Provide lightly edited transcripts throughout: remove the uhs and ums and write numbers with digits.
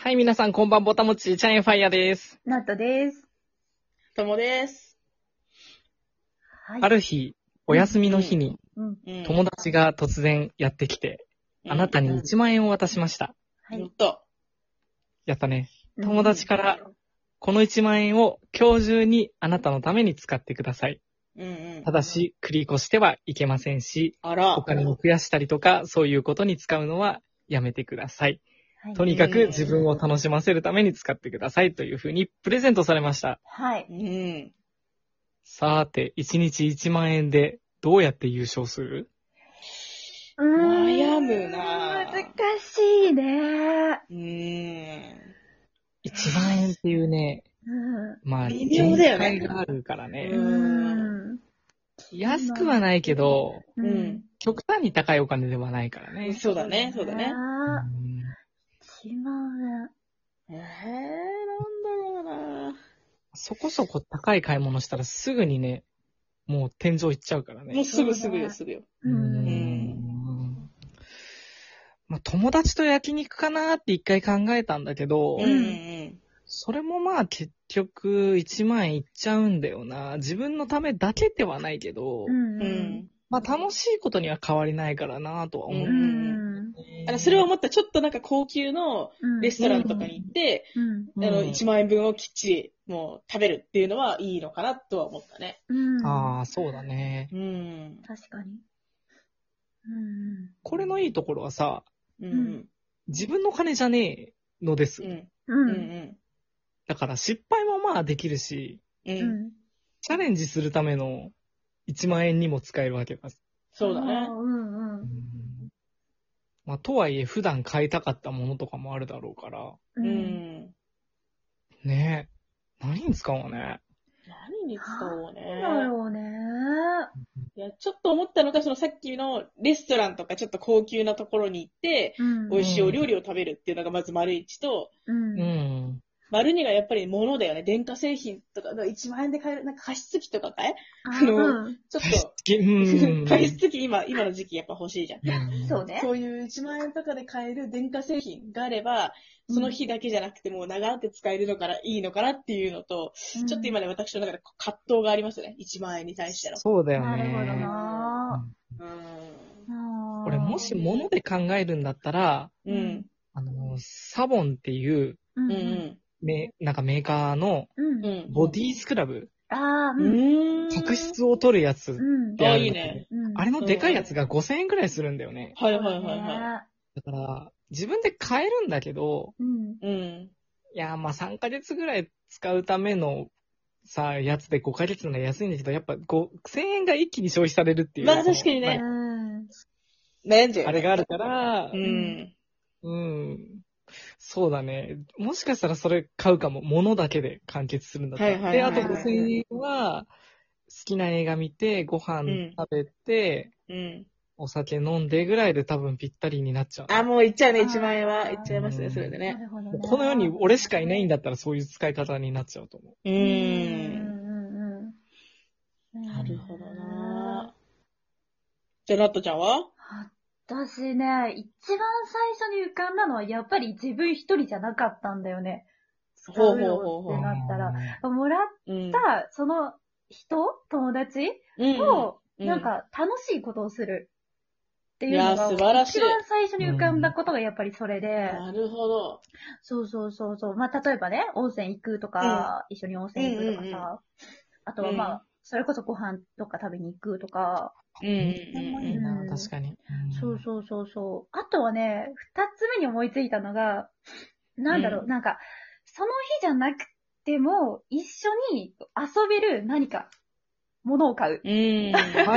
はい、皆さんこんばんぼたもち、チャインファイヤーです。 ナットです。 ともです。 はい。 ある日、お休みの日に、友達。 達が突然やってきて、あなたに1万円を渡しました。 はい。 やった。 やったね。友達から、この1万円を今日中にあなたのために使ってください。ただし、繰り越してはいけませんし、 あら。 お金を増やしたりとか、そういうことに使うのはやめてください。 はい。 とにかく自分を楽しませるために使ってくださいというふうにプレゼントされました。 はい。 さーて、1日1万円でどうやって優勝する？ 悩むなぁ。 難しいね。 1万円っていうね、まあ、 微妙だよね。 限界があるからね。安くはないけど、極端に高いお金ではないからね。 そうだね、そうだね。 1万円。 なんだろうな。 そこそこ高い買い物したらすぐにね、もう天井行っちゃうからね。 もうすぐよ。 まあ、友達と焼肉かなって一回考えたんだけど、それもまあ結局1万円いっちゃうんだよな。自分のためだけではないけど、まあ楽しいことには変わりないからなとは思う。 それを思ったらちょっとなんか高級のレストランとかに行って、1万円分をきっちりもう食べるっていうのはいいのかなとは思ったね。 ああ、そうだね。 確かに。 これのいいところはさ、自分の金じゃねえのです。だから失敗もまあできるし、チャレンジするための1万円にも使えるわけだ。 そうだね。 まあ、とはいえ普段買いたかったものとかもあるだろうから。ねえ。何に使おうね。 何に使おうね。 なんだろうね。 いや、ちょっと思ったのが、そのさっきのレストランとかちょっと高級なところに行って、美味しいお料理を食べるっていうのがまず丸一と、丸二がやっぱり物だよね。電化製品とか、1万円で買える、なんか加湿器とかかい？ちょっと、加湿器今の時期やっぱ欲しいじゃん。 そうね。 そういう1万円とかで買える電化製品があれば、その日だけじゃなくてもう長く使えるのからいいのかなっていうのと、ちょっと今ね、私の中で葛藤がありますね。1万円に対しての。 そうだよね。 なるほどな。 俺もし物で考えるんだったら、サボンっていう、なんかメーカーのボディスクラブ、角質を取るやつってある。 いいね。 あれのでかいやつが5000円くらいするんだよね。 はい。 だから、自分で買えるんだけど、いや、まあ3ヶ月ぐらい使うためのさ、やつで5ヶ月なら安いんだけど、やっぱ5000円が一気に消費されるっていう。 まあ確かにね。悩んじゃう。 あれがあるから、そうだね。もしかしたらそれ買うかも。物だけで完結するんだったら。で、あと5000円は、好きな映画見て、ご飯食べて、お酒飲んでぐらいで多分ぴったりになっちゃう。 あ、もういっちゃうね、1万円は。いっちゃいますね、それでね。 この世に俺しかいないんだったらそういう使い方になっちゃうと思う。 なるほどな。じゃあ、ナットちゃんは？ 私ね、一番最初に浮かんだのはやっぱり自分一人じゃなかったんだよね。使うよってなったら。もらったその友達と、なんか楽しいことをするっていうのが素晴らしい。 一番最初に浮かんだことがやっぱりそれで。 なるほど。 そう。まあ、例えばね、温泉行くとか、一緒に温泉行くとかさ。あとはまあ、それこそご飯とか食べに行くとか。 いいな、確かに。 そう。あとはね、二つ目に思いついたのが、なんだろう、なんか、その日じゃなくても、一緒に遊べる何か、ものを買う。 はい。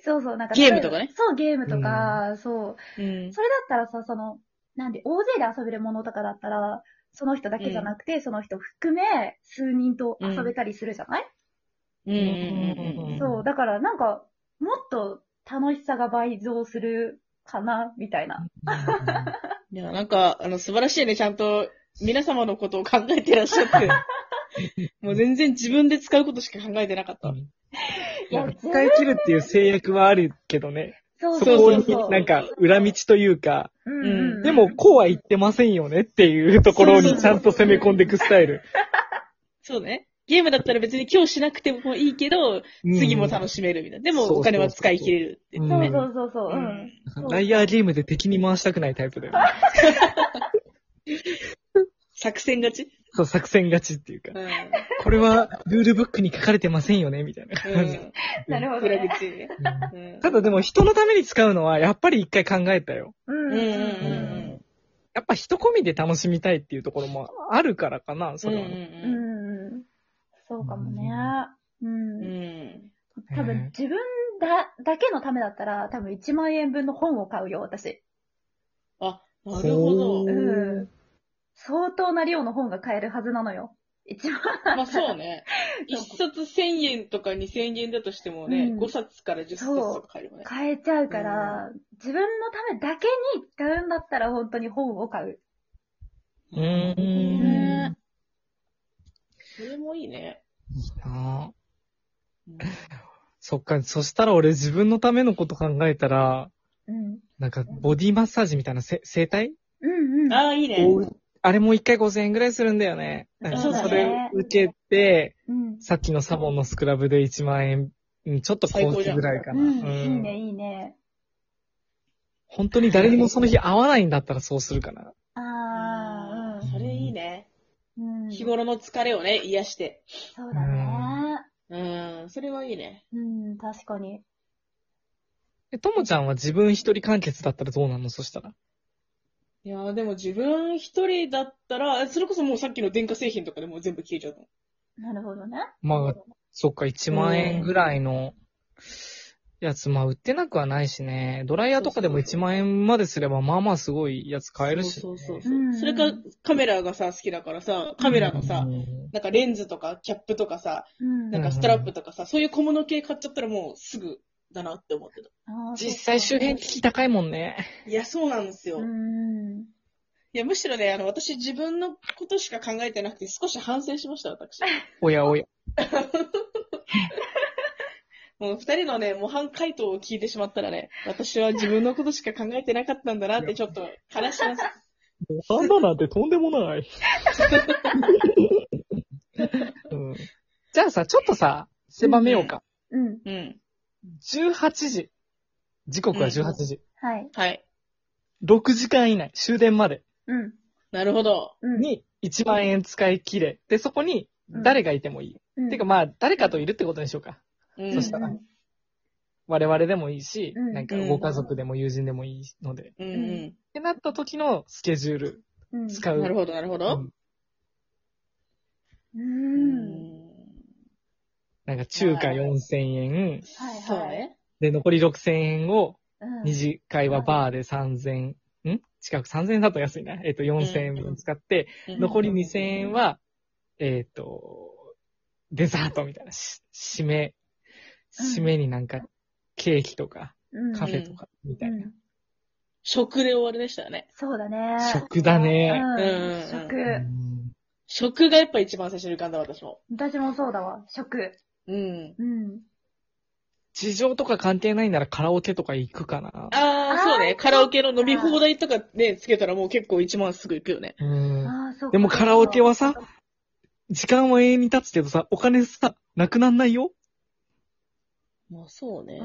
そう、なんか。 ゲームとかね。 そう、ゲームとか、そう。それだったらさ、なんで、大勢で遊べるものとかだったら、その人だけじゃなくて、その人含め、数人と遊べたりするじゃない？そう、だからなんか、もっと楽しさが倍増するかな、みたいな。 いや、なんか、素晴らしいね、ちゃんと、皆様のことを考えてらっしゃって。もう全然自分で使うことしか考えてなかった。 いや、使い切るっていう制約はあるけどね。そこになんか裏道というか、 でも、こうは言ってませんよねっていうところにちゃんと攻め込んでいくスタイル。 そうね。ゲームだったら別に今日しなくてもいいけど、次も楽しめるみたいな。でもお金は使い切れるってね。 そう。 ライアーゲームで敵に回したくないタイプだよね。 作戦勝ち？ そう、作戦勝ちっていうか。これはルールブックに書かれてませんよねみたいな感じ。 なるほど。 裏口ね。 ただでも人のために使うのはやっぱり一回考えたよ。やっぱ人込みで楽しみたいっていうところもあるからかな、それは。 そうかもね。多分自分だけのためだったら、多分1万円分の本を買うよ、私。 あ、なるほど。 相当な量の本が買えるはずなのよ。1万。 まあそうね。1冊1000円とか2000円だとしてもね、5冊から10冊とか買えるもんね。 買えちゃうから、自分のためだけに使うんだったら本当に本を買う。 それもいいね。 いいなぁ。そっか、そしたら俺自分のためのこと考えたら、なんかボディマッサージみたいな整体？ ああ、いいね。 あれも1回5000円ぐらいするんだよね。それ受けて、さっきのサボンのスクラブで1万円、ちょっとコースぐらいかな。 いいね、いいね。 本当に誰にもその日会わないんだったらそうするかな。 それいいね。日頃の疲れをね、癒して。 そうだね。 それはいいね。 確かに。 ともちゃんは自分一人完結だったらどうなの？そしたら。 いやーでも自分一人だったら、それこそもうさっきの電化製品とかでもう全部消えちゃうと。 なるほどね。 まあ、そっか、1万円ぐらいのやつ、まあ売ってなくはないしね。ドライヤーとかでも1万円まですれば、まあまあすごいやつ買えるし、ね。 そう。それかカメラがさ、好きだからさ、カメラのさ、なんかレンズとかキャップとかさ、なんかストラップとかさ、そういう小物系買っちゃったらもうすぐだなって思ってた。 実際周辺機器高いもんね。 いや、そうなんですよ。いや、むしろね、私自分のことしか考えてなくて少し反省しました、私。 おやおや。 もう二人のね、模範回答を聞いてしまったらね、私は自分のことしか考えてなかったんだなってちょっと悲します。 模範だなんてとんでもない。じゃあさ、ちょっとさ、狭めようか。18時。時刻は18時。 はい。 6時間以内、終電まで。 なるほど。 に1万円使い切れ。で、そこに誰がいてもいい。てかまあ、誰かといるってことにしようか。そしたら。我々でもいいし、なんかご家族でも友人でもいいので。ってなった時のスケジュール使う。 なるほど、なるほど。 なんか中華4000円。 そうね。 で、残り6000円を、二次会はバーで3000、近く3000円だと安いな。4000円分使って、残り2000円は、デザートみたいな。締めになんか、ケーキとか、カフェとか、みたいな。 食で終わりでしたよね。 そうだね。 食だね。 食がやっぱ一番最初に浮かんだ、私も。 私もそうだわ。食。 事情とか関係ないならカラオケとか行くかな。 そうね。カラオケの飲み放題とかね、つけたらもう結構1万すぐ行くよね。 でもカラオケはさ、時間は永遠に経つけどさ、お金さ、なくなんないよ。 まあそうね。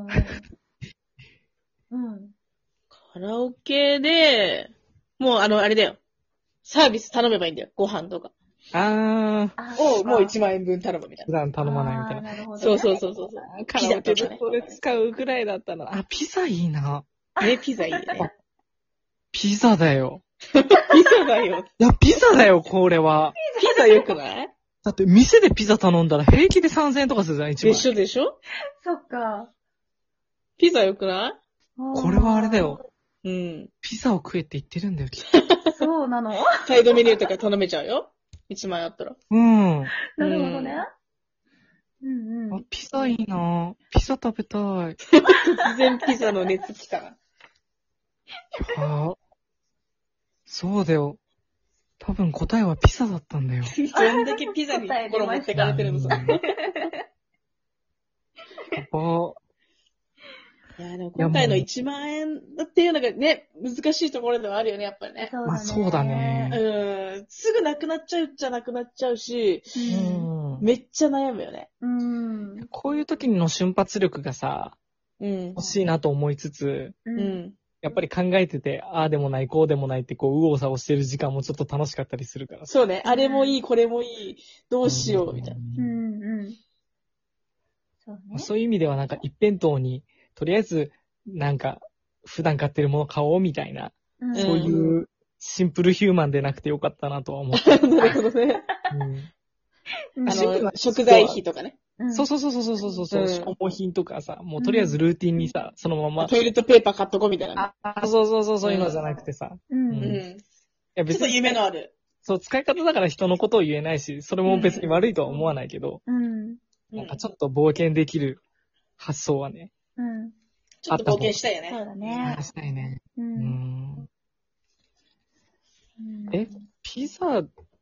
カラオケで、もうあれだよ。サービス頼めばいいんだよ。ご飯とか。をもう1万円分頼むみたいな。 普段頼まないみたいな。 そう。 カラオケでそれ使うぐらいだったら。ピザいいな。 ね、ピザいいね。 ピザだよ。 ピザだよ。 いや、ピザだよ、これは。 ピザ良くない？ だって、店でピザ頼んだら平気で3000円とかするじゃん、一番。 でしょそっか。 ピザ良くない？ これはあれだよ。 ピザを食えって言ってるんだよ、 そうなの？ サイドメニューとか頼めちゃうよ。1万円あったら。 なるほどね。 ピザいいな。ピザ食べたい。 突然ピザの熱来たな。 そうだよ。多分答えはピザだったんだよ。 どんだけピザに心持ってかれてるのさ。 いや、でも今回の1万円っていうのがね、難しいところではあるよね、やっぱりね。 そうだね。 まあそうだね。 すぐなくなっちゃうっちゃなくなっちゃうし、めっちゃ悩むよね。 こういう時の瞬発力がさ、欲しいなと思いつつ、やっぱり考えてて、ああでもない、こうでもないってこう、右往左往してる時間もちょっと楽しかったりするから。 そうね。あれもいい、これもいい、どうしよう、みたいな。 そうね。 そういう意味ではなんか一辺倒に、とりあえず、なんか、普段買ってるもの買おうみたいな、そういうシンプルヒューマンでなくてよかったなとは思った。 なるほどね。食材費とかね。 そう、消耗品とかさ、もうとりあえずルーティンにさ、そのまま。 トイレットペーパー買っとこうみたいな。 そういうのじゃなくてさ。 いや別にちょっと夢のある。 そう、使い方だから人のことを言えないし、それも別に悪いとは思わないけど、なんかちょっと冒険できる発想はね。 ちょっと冒険したいよね。 そうだね。 したいね。ピザ、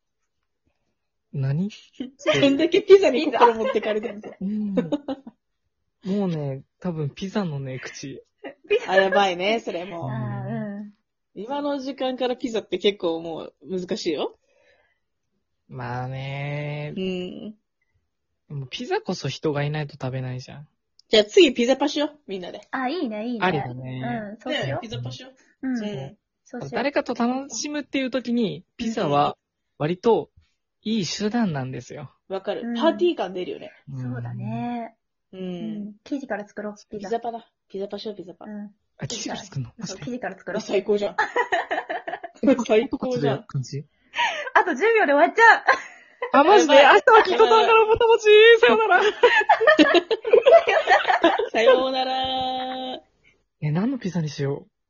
何どんだけピザに心持ってかれてるんですもうね、多分ピザのね、口。 やばいね、それも。今の時間からピザって結構もう難しいよ。 まあね。でもピザこそ人がいないと食べないじゃん。 じゃあ次ピザパしよう、みんなで。 いいね。 ありだね。 そうしよう。 ピザパしよう。 誰かと楽しむっていう時に、ピザは割といい手段なんですよ。 わかる。パーティー感出るよね。 そうだね。生地から作ろう、 ピザパだ。ピザパしよう、ピザパ。 生地から作るの？ 生地から作ろう。 最高じゃん。最高じゃん。 あと10秒で終わっちゃう。 マジで明日はきっとだからぼたもちさよならさようなら。 何のピザにしよう。